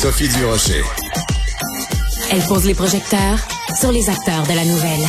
Sophie Durocher. Elle pose les projecteurs sur les acteurs de la nouvelle.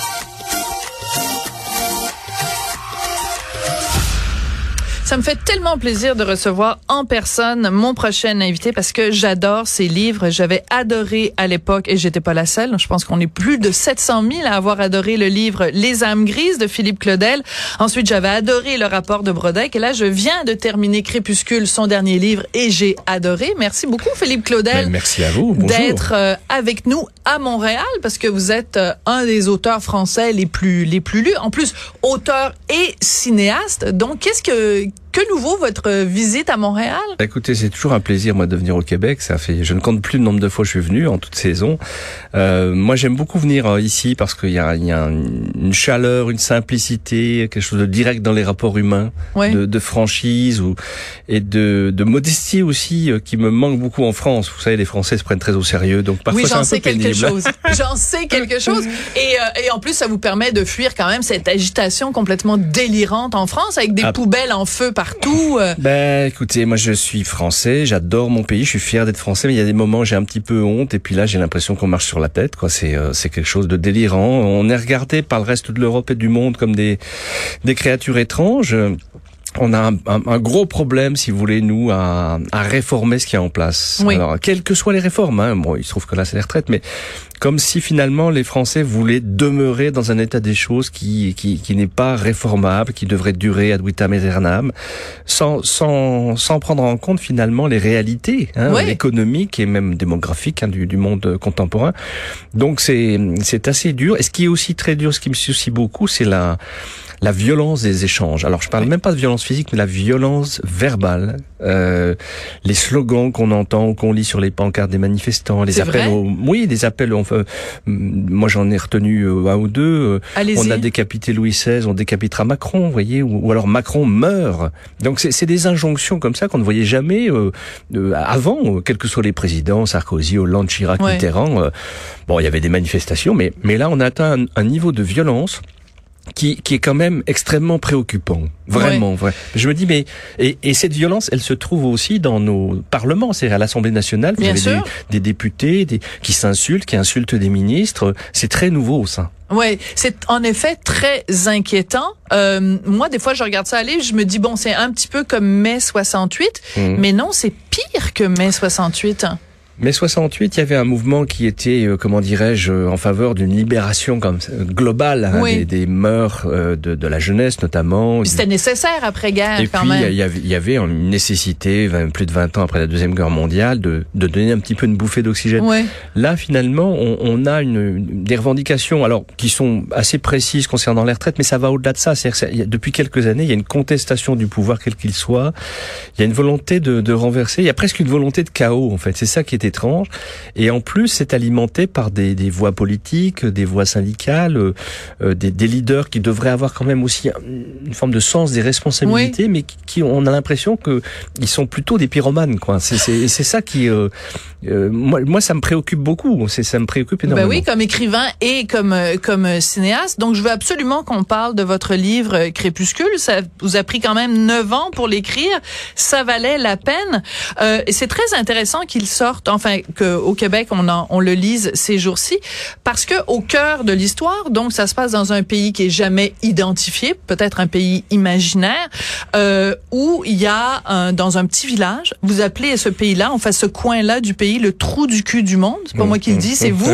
Ça me fait tellement plaisir de recevoir en personne mon prochain invité parce que j'adore ses livres. J'avais adoré à l'époque, et j'étais pas la seule, je pense qu'on est plus de 700 000 à avoir adoré le livre Les âmes grises de Philippe Claudel. Ensuite, j'avais adoré Le rapport de Brodeck. Et là, je viens de terminer Crépuscule, son dernier livre, et j'ai adoré. Merci beaucoup, Philippe Claudel. Merci à vous. Bonjour. D'être avec nous à Montréal parce que vous êtes un des auteurs français les plus lus. En plus, auteur et cinéaste. Donc, que nouveau votre visite à Montréal? Écoutez, c'est toujours un plaisir, moi, de venir au Québec. Je ne compte plus le nombre de fois que je suis venu en toute saison. Moi, j'aime beaucoup venir ici parce qu'il y a une chaleur, une simplicité, quelque chose de direct dans les rapports humains, ouais. de franchise et de modestie aussi, qui me manque beaucoup en France. Vous savez, les Français se prennent très au sérieux, donc parfois c'est un peu pénible. J'en sais quelque chose. Et en plus, ça vous permet de fuir quand même cette agitation complètement délirante en France avec des poubelles en feu partout. Écoutez, moi je suis français, j'adore mon pays, je suis fier d'être français, mais il y a des moments où j'ai un petit peu honte, et puis là j'ai l'impression qu'on marche sur la tête, quoi. C'est quelque chose de délirant. On est regardé par le reste de l'Europe et du monde comme des créatures étranges. On a un gros problème, si vous voulez, nous, à réformer ce qu'il y a en place. Oui. Alors, quelles que soient les réformes, bon, il se trouve que là, c'est les retraites, mais comme si finalement les Français voulaient demeurer dans un état des choses qui n'est pas réformable, qui devrait durer ad vitam aeternam, sans prendre en compte finalement les réalités, oui. économiques et même démographiques, du monde contemporain. Donc c'est assez dur. Et ce qui est aussi très dur, ce qui me soucie beaucoup, c'est la violence des échanges. Alors, je parle même pas de violence physique, mais la violence verbale. Les slogans qu'on entend ou qu'on lit sur les pancartes des manifestants, les appels des appels. Moi, j'en ai retenu un ou deux. On a décapité Louis XVI, on décapitera Macron, vous voyez, ou alors Macron meurt. Donc, c'est des injonctions comme ça qu'on ne voyait jamais avant, quels que soient les présidents, Sarkozy, Hollande, Chirac, Mitterrand. Bon, il y avait des manifestations, mais là, on a atteint un niveau de violence qui est quand même extrêmement préoccupant. Vraiment, vrai. Je me dis, mais, et cette violence, elle se trouve aussi dans nos parlements, c'est-à-dire à l'Assemblée nationale. Vous avez des députés, qui s'insultent, qui insultent des ministres. C'est très nouveau, ça. Ouais, c'est en effet très inquiétant. Moi, des fois, je regarde ça aller, je me dis, bon, c'est un petit peu comme mai 68, mais non, c'est pire que mai 68. Mais 68, il y avait un mouvement qui était, comment dirais-je, en faveur d'une libération globale des mœurs de la jeunesse notamment. C'était nécessaire après-guerre, quand même. Et puis, il y avait une nécessité, plus de 20 ans après la Deuxième Guerre mondiale, de donner un petit peu une bouffée d'oxygène. Ouais. Là, finalement, on a des revendications, alors, qui sont assez précises concernant les retraites, mais ça va au-delà de ça. C'est-à-dire depuis quelques années, il y a une contestation du pouvoir, quel qu'il soit. Il y a une volonté de renverser. Il y a presque une volonté de chaos, en fait. C'est ça qui est étrange. Et en plus, c'est alimenté par des voix politiques, des voix syndicales, des leaders qui devraient avoir quand même aussi une forme de sens des responsabilités, mais qui on a l'impression que ils sont plutôt des pyromanes, quoi. C'est ça qui moi ça me préoccupe beaucoup. Ça me préoccupe énormément. Ben oui, comme écrivain et comme cinéaste. Donc je veux absolument qu'on parle de votre livre Crépuscule. Ça vous a pris quand même 9 ans pour l'écrire. Ça valait la peine. Et c'est très intéressant qu'il sorte, enfin qu'au Québec on le lise ces jours-ci, parce que au cœur de l'histoire, donc ça se passe dans un pays qui est jamais identifié, peut-être un pays imaginaire, où il y a dans un petit village, vous appelez ce pays-là, enfin ce coin-là du pays, le trou du cul du monde. C'est pas moi qui le dis, c'est vous.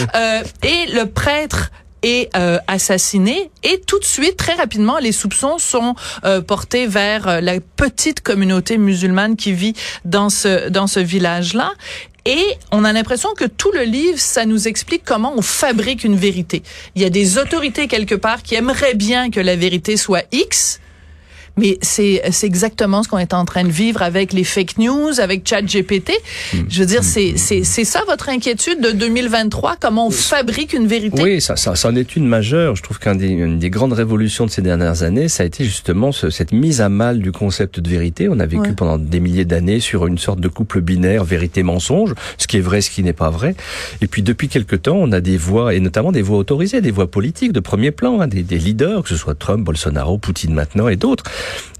Et le prêtre est assassiné, et tout de suite, très rapidement, les soupçons sont portés vers la petite communauté musulmane qui vit dans ce village-là. Et on a l'impression que tout le livre, ça nous explique comment on fabrique une vérité. Il y a des autorités quelque part qui aimeraient bien que la vérité soit X, mais c'est exactement ce qu'on est en train de vivre avec les fake news, avec ChatGPT. Je veux dire, c'est ça votre inquiétude de 2023, comment on fabrique une vérité? Oui, ça en est une majeure. Je trouve qu'une des grandes révolutions de ces dernières années, ça a été justement cette mise à mal du concept de vérité. On a vécu pendant des milliers d'années sur une sorte de couple binaire, vérité-mensonge, ce qui est vrai, ce qui n'est pas vrai. Et puis depuis quelque temps, on a des voix, et notamment des voix autorisées, des voix politiques de premier plan, des leaders, que ce soit Trump, Bolsonaro, Poutine maintenant et d'autres,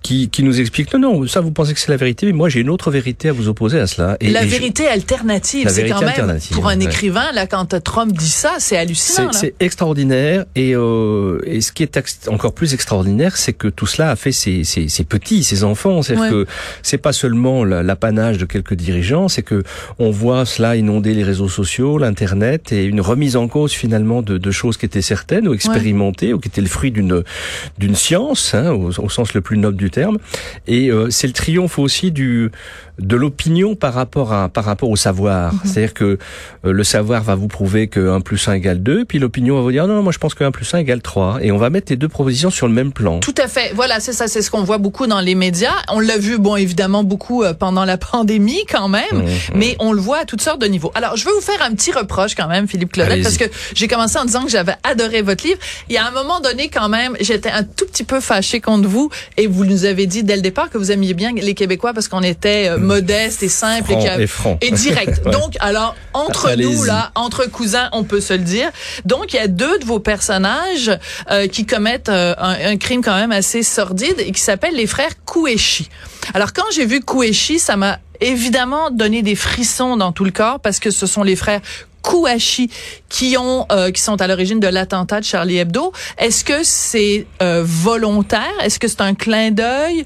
qui nous explique non, ça vous pensez que c'est la vérité, mais moi j'ai une autre vérité à vous opposer à cela. La vérité alternative, c'est quand même pour un écrivain là, quand Trump dit ça, c'est hallucinant. C'est extraordinaire et ce qui est encore plus extraordinaire, c'est que tout cela a fait ses petits, ses enfants. C'est-à-dire que c'est pas seulement l'apanage de quelques dirigeants, c'est que on voit cela inonder les réseaux sociaux, l'internet et une remise en cause finalement de choses qui étaient certaines ou expérimentées ou qui étaient le fruit d'une science, au sens le plus noble du terme. Et c'est le triomphe aussi de l'opinion par rapport au savoir. C'est-à-dire que le savoir va vous prouver que 1 + 1 = 2, puis l'opinion va vous dire non, moi je pense que 1 + 1 = 3. Et on va mettre les deux propositions sur le même plan. Tout à fait. Voilà, c'est ça, c'est ce qu'on voit beaucoup dans les médias. On l'a vu, évidemment, beaucoup pendant la pandémie quand même, mais on le voit à toutes sortes de niveaux. Alors, je veux vous faire un petit reproche quand même, Philippe Claudel, parce que j'ai commencé en disant que j'avais adoré votre livre. Il y a un moment donné quand même, j'étais un tout petit peu fâchée contre vous et vous nous avez dit dès le départ que vous aimiez bien les Québécois parce qu'on était modeste et simple franc et direct. Donc, alors, entre nous, là, entre cousins, on peut se le dire. Donc, il y a 2 de vos personnages qui commettent un crime quand même assez sordide et qui s'appellent les frères Kouéchi. Alors, quand j'ai vu Kouéchi, ça m'a évidemment donné des frissons dans tout le corps parce que ce sont les frères Kouachi qui sont à l'origine de l'attentat de Charlie Hebdo. Est-ce que c'est volontaire? Est-ce que c'est un clin d'œil?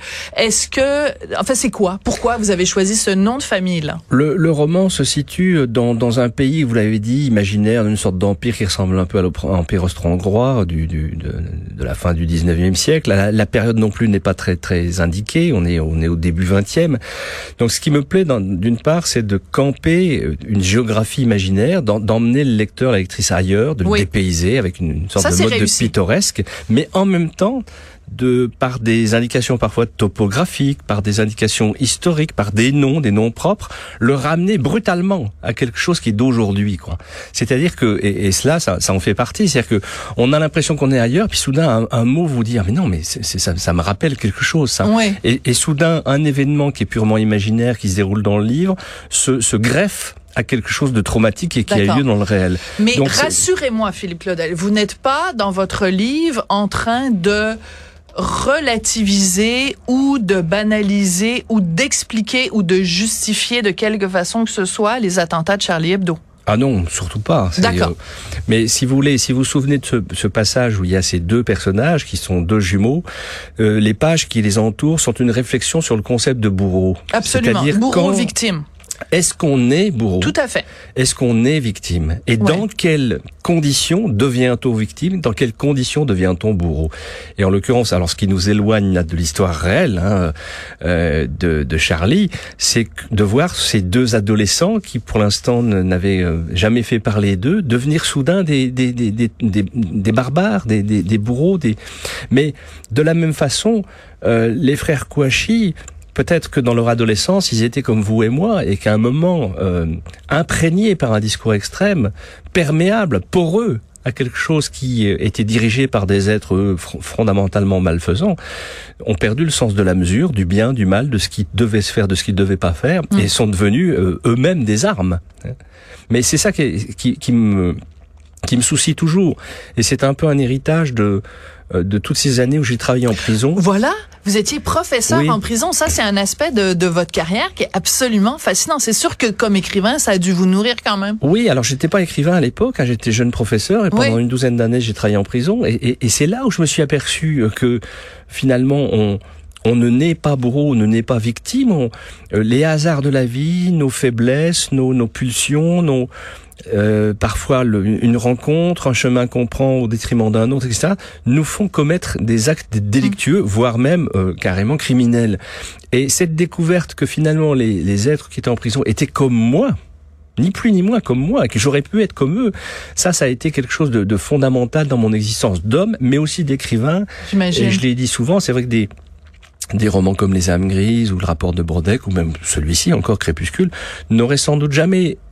C'est quoi? Pourquoi vous avez choisi ce nom de famille-là? Le roman se situe dans un pays, vous l'avez dit, imaginaire, une sorte d'empire qui ressemble un peu à l'empire austro-hongrois de la fin du 19e siècle. La période non plus n'est pas très très indiquée. On est au début 20e. Donc ce qui me plaît d'une part, c'est de camper une géographie imaginaire, d'emmener le lecteur, la lectrice ailleurs, de le dépayser avec une sorte de mode de pittoresque, mais en même temps par des indications parfois topographiques, par des indications historiques, par des noms propres, le ramener brutalement à quelque chose qui est d'aujourd'hui, quoi. C'est-à-dire que, et cela, ça en fait partie, c'est-à-dire que on a l'impression qu'on est ailleurs, puis soudain un mot vous dit, ah mais non, mais ça me rappelle quelque chose, ça. Et soudain un événement qui est purement imaginaire, qui se déroule dans le livre, se greffe à quelque chose de traumatique et qui a lieu dans le réel. Mais donc, rassurez-moi, Philippe Claudel, vous n'êtes pas dans votre livre en train de relativiser ou de banaliser ou d'expliquer ou de justifier de quelque façon que ce soit les attentats de Charlie Hebdo. Ah non, surtout pas. D'accord. Mais si vous vous souvenez de ce passage où il y a ces 2 personnages qui sont 2 jumeaux, les pages qui les entourent sont une réflexion sur le concept de bourreau. Absolument. C'est-à-dire bourreau-victime. Est-ce qu'on est bourreau? Tout à fait. Est-ce qu'on est victime? Et dans quelles conditions devient-on victime? Dans quelles conditions devient-on bourreau? Et en l'occurrence, alors ce qui nous éloigne là, de l'histoire réelle de Charlie, c'est de voir ces 2 adolescents qui, pour l'instant, n'avaient jamais fait parler d'eux, devenir soudain des barbares, des bourreaux. Mais de la même façon, les frères Kouachi, peut-être que dans leur adolescence, ils étaient comme vous et moi, et qu'à un moment, imprégnés par un discours extrême, perméable, poreux, à quelque chose qui était dirigé par des êtres fondamentalement malfaisants, ont perdu le sens de la mesure, du bien, du mal, de ce qui devait se faire, de ce qu'ils ne devaient pas faire, et sont devenus eux-mêmes des armes. Mais c'est ça qui me soucie toujours. Et c'est un peu un héritage de toutes ces années où j'ai travaillé en prison. Voilà, vous étiez professeur en prison. Ça, c'est un aspect de votre carrière qui est absolument fascinant. C'est sûr que comme écrivain, ça a dû vous nourrir quand même. Oui, alors j'étais pas écrivain à l'époque, j'étais jeune professeur et pendant une douzaine d'années, j'ai travaillé en prison. Et c'est là où je me suis aperçu que finalement, on ne naît pas bourreau, on ne naît pas victime. Les hasards de la vie, nos faiblesses, nos pulsions, parfois une rencontre, un chemin qu'on prend au détriment d'un autre, etc., nous font commettre des actes délictueux, voire même carrément criminels. Et cette découverte que finalement les êtres qui étaient en prison étaient comme moi, ni plus ni moins comme moi, que j'aurais pu être comme eux, ça a été quelque chose de fondamental dans mon existence d'homme, mais aussi d'écrivain. J'imagine. Et je l'ai dit souvent, c'est vrai que des romans comme Les âmes grises ou Le rapport de Brodeck ou même celui-ci encore Crépuscule n'auraient sans doute jamais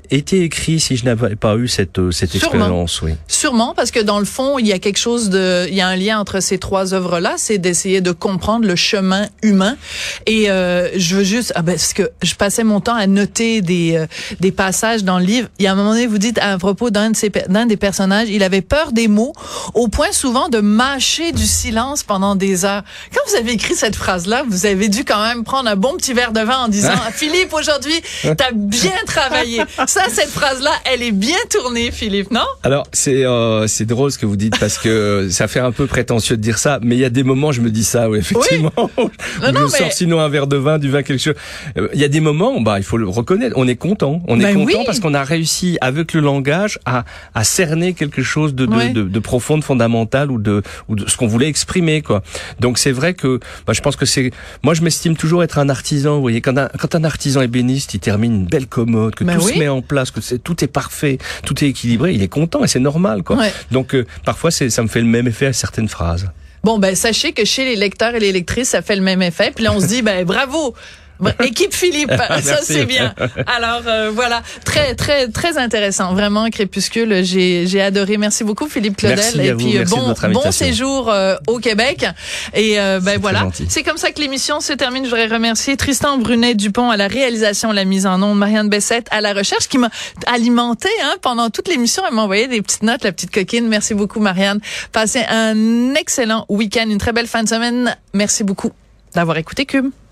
été écrit si je n'avais pas eu cette expérience, oui. Sûrement, parce que dans le fond, il y a il y a un lien entre ces trois œuvres-là, c'est d'essayer de comprendre le chemin humain. Et je veux juste, parce que je passais mon temps à noter des passages dans le livre. Il y a un moment donné, vous dites à propos d'un des personnages, il avait peur des mots, au point souvent de mâcher du silence pendant des heures. Quand vous avez écrit cette phrase-là, vous avez dû quand même prendre un bon petit verre de vin en disant Philippe, aujourd'hui, t'as bien travaillé. Ça, cette phrase-là, elle est bien tournée, Philippe, non? Alors, c'est drôle ce que vous dites parce que ça fait un peu prétentieux de dire ça, mais il y a des moments, je me dis ça, oui, effectivement. Oui. Je sors sinon un verre de vin, du vin, quelque chose. Il y a des moments, il faut le reconnaître, on est content. On est content parce qu'on a réussi, avec le langage, à cerner quelque chose de profond, de fondamental ou de ce qu'on voulait exprimer, quoi. Donc, c'est vrai que, je pense que moi, je m'estime toujours être un artisan, vous voyez. Quand un artisan ébéniste, il termine une belle commode, que tout se met en place, que tout est parfait, tout est équilibré, il est content et c'est normal, quoi. Ouais. Donc, parfois, ça me fait le même effet à certaines phrases. Bon, sachez que chez les lecteurs et les lectrices, ça fait le même effet. Puis là, on se dit, bravo! Équipe Philippe, ça c'est bien. Alors voilà, très très très intéressant, vraiment Crépuscule, j'ai adoré. Merci beaucoup Philippe Claudel. Merci à vous. Merci de votre bon séjour au Québec. Et voilà, gentil. C'est comme ça que l'émission se termine. Je voudrais remercier Tristan Brunet-Dupont à la réalisation, la mise en onde, Marianne Bessette à la recherche qui m'a alimenté pendant toute l'émission. Elle m'a envoyé des petites notes, la petite coquine. Merci beaucoup Marianne. Passez un excellent week-end, une très belle fin de semaine. Merci beaucoup d'avoir écouté Cube.